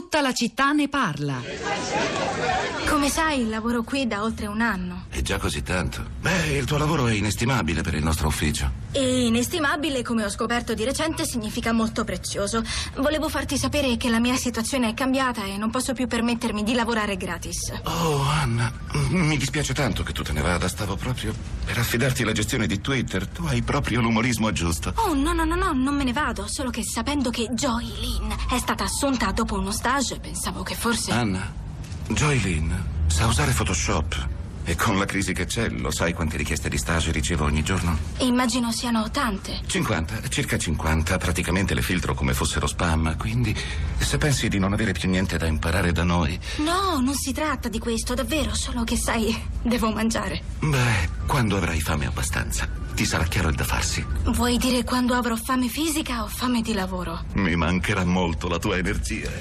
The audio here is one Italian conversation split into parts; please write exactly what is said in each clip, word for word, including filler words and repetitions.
Tutta la città ne parla. Come sai, lavoro qui da oltre un anno. È già così tanto. Beh, il tuo lavoro è inestimabile per il nostro ufficio. E inestimabile, come ho scoperto di recente, significa molto prezioso. Volevo farti sapere che la mia situazione è cambiata e non posso più permettermi di lavorare gratis. Oh, Anna, mi dispiace tanto che tu te ne vada. Stavo proprio per affidarti la gestione di Twitter. Tu hai proprio l'umorismo giusto. Oh, no, no, no, no, non me ne vado. Solo che sapendo che Joy Lynn è stata assunta dopo uno stage, pensavo che forse... Anna, Joy Lynn sa usare Photoshop. E con la crisi che c'è, lo sai quante richieste di stage ricevo ogni giorno? Immagino siano tante. cinquanta, circa cinquanta. Praticamente le filtro come fossero spam. Quindi, se pensi di non avere più niente da imparare da noi... No, non si tratta di questo, davvero. Solo che, sai, devo mangiare. Beh, quando avrai fame abbastanza, ti sarà chiaro il da farsi. Vuoi dire quando avrò fame fisica o fame di lavoro? Mi mancherà molto la tua energia.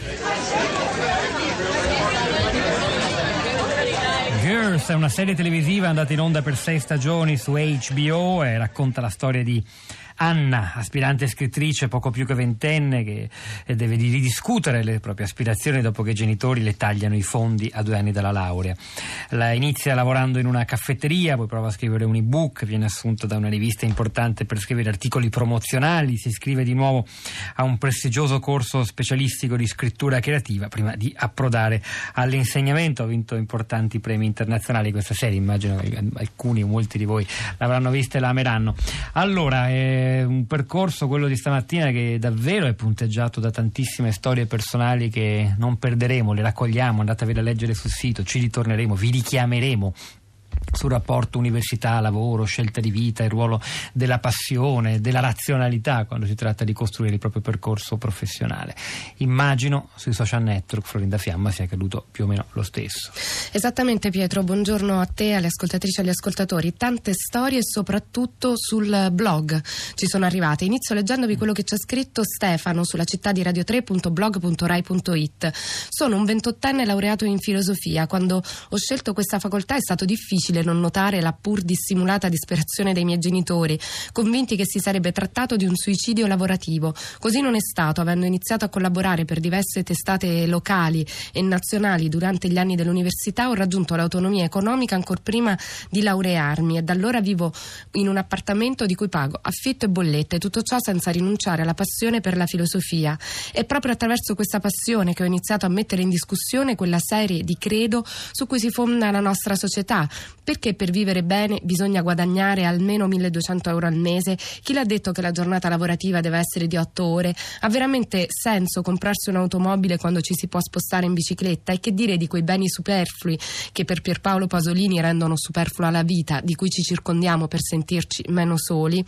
Girls è una serie televisiva andata in onda per sei stagioni su H B O e racconta la storia di Anna, aspirante scrittrice poco più che ventenne, che deve ridiscutere le proprie aspirazioni dopo che i genitori le tagliano i fondi a due anni dalla laurea. La inizia lavorando in una caffetteria, poi prova a scrivere un ebook, viene assunta da una rivista importante per scrivere articoli promozionali, si iscrive di nuovo a un prestigioso corso specialistico di scrittura creativa prima di approdare all'insegnamento. Ha vinto importanti premi internazionali questa serie, immagino che alcuni o molti di voi l'avranno vista e la ameranno. Allora, eh, un percorso, quello di stamattina, che davvero è punteggiato da tantissime storie personali che non perderemo, le raccogliamo, andatevele a leggere sul sito, ci ritorneremo, vi richiameremo sul rapporto università, lavoro, scelta di vita, il ruolo della passione, della razionalità quando si tratta di costruire il proprio percorso professionale. Immagino sui social network Florinda Fiamma sia accaduto più o meno lo stesso. Esattamente, Pietro, buongiorno a te, alle ascoltatrici e agli ascoltatori. Tante storie soprattutto sul blog ci sono arrivate. Inizio leggendovi quello che ci ha scritto Stefano sulla città di radio tre punto blog punto rai punto it. Sono un ventottenne laureato in filosofia. Quando ho scelto questa facoltà è stato difficile non notare la pur dissimulata disperazione dei miei genitori, convinti che si sarebbe trattato di un suicidio lavorativo. Così non è stato. Avendo iniziato a collaborare per diverse testate locali e nazionali durante gli anni dell'università, ho raggiunto l'autonomia economica ancor prima di laurearmi e da allora vivo in un appartamento di cui pago affitto e bollette, tutto ciò senza rinunciare alla passione per la filosofia. È proprio attraverso questa passione che ho iniziato a mettere in discussione quella serie di credo su cui si fonda la nostra società. Perché per vivere bene bisogna guadagnare almeno milleduecento euro al mese? Chi l'ha detto che la giornata lavorativa deve essere di otto ore? Ha veramente senso comprarsi un'automobile quando ci si può spostare in bicicletta? E che dire di quei beni superflui che per Pierpaolo Pasolini rendono superflua la vita, di cui ci circondiamo per sentirci meno soli?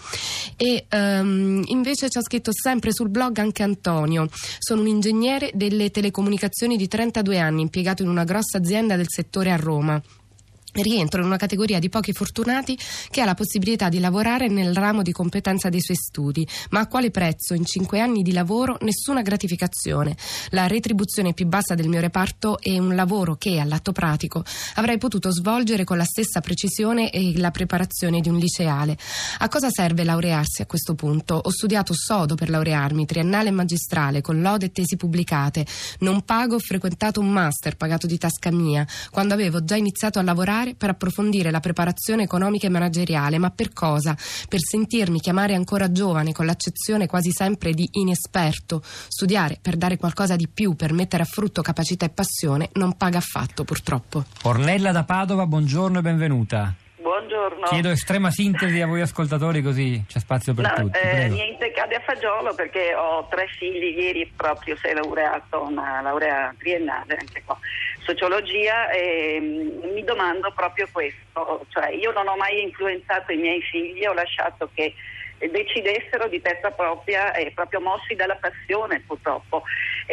E um, invece ci ha scritto sempre sul blog anche Antonio. Sono un ingegnere delle telecomunicazioni di trentadue anni, impiegato in una grossa azienda del settore a Roma. Rientro in una categoria di pochi fortunati che ha la possibilità di lavorare nel ramo di competenza dei suoi studi, ma a quale prezzo? In cinque anni di lavoro nessuna gratificazione. La retribuzione più bassa del mio reparto è un lavoro che, all'atto pratico, avrei potuto svolgere con la stessa precisione e la preparazione di un liceale. A cosa serve laurearsi a questo punto? Ho studiato sodo per laurearmi, triennale e magistrale, con lode e tesi pubblicate. Non pago, ho frequentato un master pagato di tasca mia, quando avevo già iniziato a lavorare per approfondire la preparazione economica e manageriale. Ma per cosa? Per sentirmi chiamare ancora giovane, con l'accezione quasi sempre di inesperto. Studiare per dare qualcosa di più, per mettere a frutto capacità e passione, non paga affatto, purtroppo. Ornella da Padova, buongiorno e benvenuta. Buongiorno. Chiedo estrema sintesi a voi ascoltatori, così c'è spazio per no, tutti. Eh, niente cade a fagiolo, perché ho tre figli, ieri proprio si è laureato, una laurea triennale anche qua, sociologia, e mh, mi domando proprio questo, cioè io non ho mai influenzato i miei figli, ho lasciato che decidessero di testa propria e proprio mossi dalla passione, purtroppo.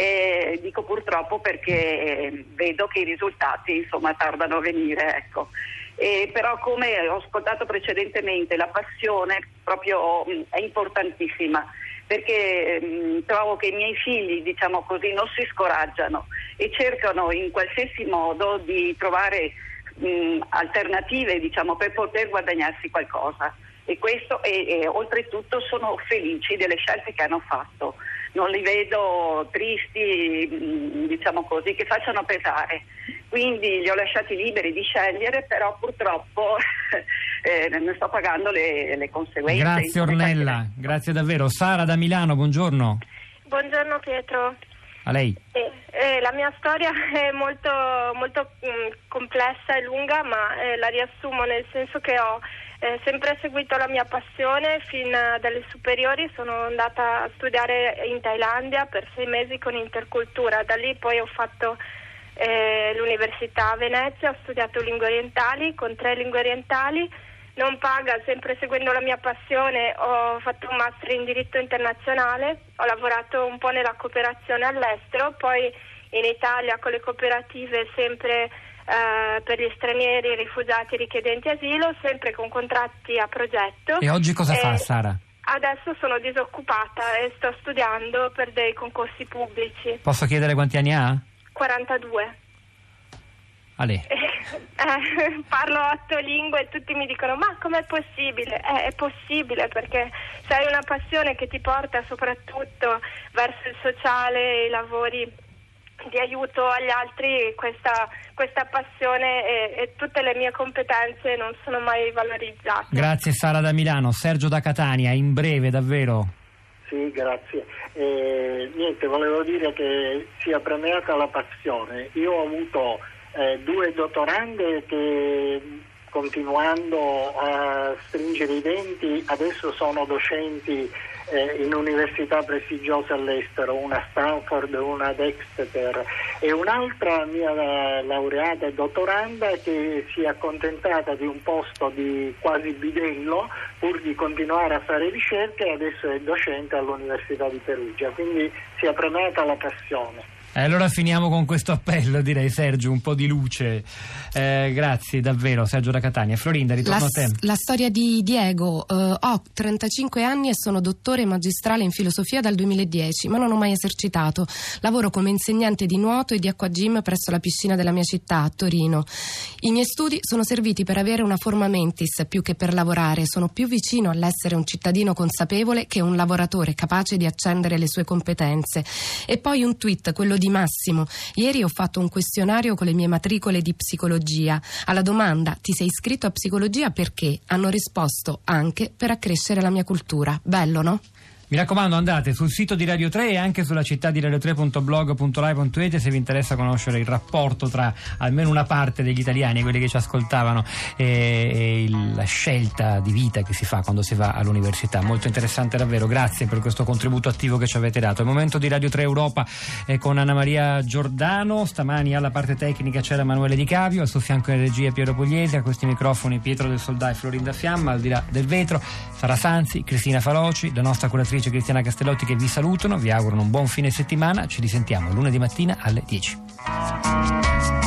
E dico purtroppo perché vedo che i risultati insomma tardano a venire, ecco. E però, come ho ascoltato precedentemente, la passione proprio mh, è importantissima, perché mh, trovo che i miei figli, diciamo così, non si scoraggiano e cercano in qualsiasi modo di trovare mh, alternative, diciamo, per poter guadagnarsi qualcosa. E questo, e, e oltretutto sono felici delle scelte che hanno fatto. non li vedo tristi, diciamo così, che facciano pesare. Quindi li ho lasciati liberi di scegliere, però purtroppo eh, ne sto pagando le, le conseguenze. Grazie Ornella, grazie davvero. Sara da Milano, buongiorno. Buongiorno Pietro. A lei. Eh, eh, la mia storia è molto, molto mh, complessa e lunga, ma eh, la riassumo nel senso che ho eh, sempre seguito la mia passione fin dalle superiori. Sono andata a studiare in Thailandia per sei mesi con intercultura, da lì poi ho fatto eh, l'università a Venezia, ho studiato lingue orientali con tre lingue orientali. Non paga, sempre seguendo la mia passione, ho fatto un master in diritto internazionale, ho lavorato un po' nella cooperazione all'estero, poi in Italia con le cooperative sempre eh, per gli stranieri, rifugiati e richiedenti asilo, sempre con contratti a progetto. E oggi cosa e fa Sara? Adesso sono disoccupata e sto studiando per dei concorsi pubblici. Posso chiedere quanti anni ha? quarantadue. A lei. Eh, parlo otto lingue e tutti mi dicono ma com'è possibile? Eh, è possibile perché se hai una passione che ti porta soprattutto verso il sociale, i lavori di aiuto agli altri, questa, questa passione e, e tutte le mie competenze non sono mai valorizzate. Grazie Sara da Milano. Sergio da Catania, in breve davvero. Sì, grazie. Eh, niente, volevo dire che sia premiata la passione. Io ho avuto Eh, due dottorande che, continuando a stringere i denti, adesso sono docenti eh, in università prestigiose all'estero, una a Stanford, una ad Exeter, e un'altra mia laureata e dottoranda che si è accontentata di un posto di quasi bidello pur di continuare a fare ricerche e adesso è docente all'Università di Perugia, quindi si è premiata la passione. E allora finiamo con questo appello, direi, Sergio, un po' di luce. Eh, grazie davvero, Sergio da Catania. Florinda, ritorno la, a te. La storia di Diego. Uh, ho trentacinque anni e sono dottore magistrale in filosofia dal duemiladieci, ma non ho mai esercitato. Lavoro come insegnante di nuoto e di acquagym presso la piscina della mia città, a Torino. I miei studi sono serviti per avere una forma mentis più che per lavorare. Sono più vicino all'essere un cittadino consapevole che un lavoratore capace di accendere le sue competenze. E poi un tweet, quello di Massimo. Ieri ho fatto un questionario con le mie matricole di psicologia. Alla domanda "ti sei iscritto a psicologia perché?" hanno risposto "anche per accrescere la mia cultura". Bello, no? Mi raccomando, andate sul sito di Radio tre e anche sulla città di radio tre punto blog punto rai punto it se vi interessa conoscere il rapporto tra almeno una parte degli italiani, quelli che ci ascoltavano, e, e il, la scelta di vita che si fa quando si va all'università. Molto interessante davvero, grazie per questo contributo attivo che ci avete dato. È il momento di Radio tre Europa eh, con Anna Maria Giordano. Stamani alla parte tecnica c'era Emanuele Di Cavio, al suo fianco in regia Piero Pugliese, a questi microfoni Pietro del Soldà e Florinda Fiamma, al di là del vetro Sara Sanzi, Cristina Faloci, la nostra curatrice Cristiana Castellotti, che vi salutano, vi augurano un buon fine settimana. Ci risentiamo lunedì mattina alle dieci.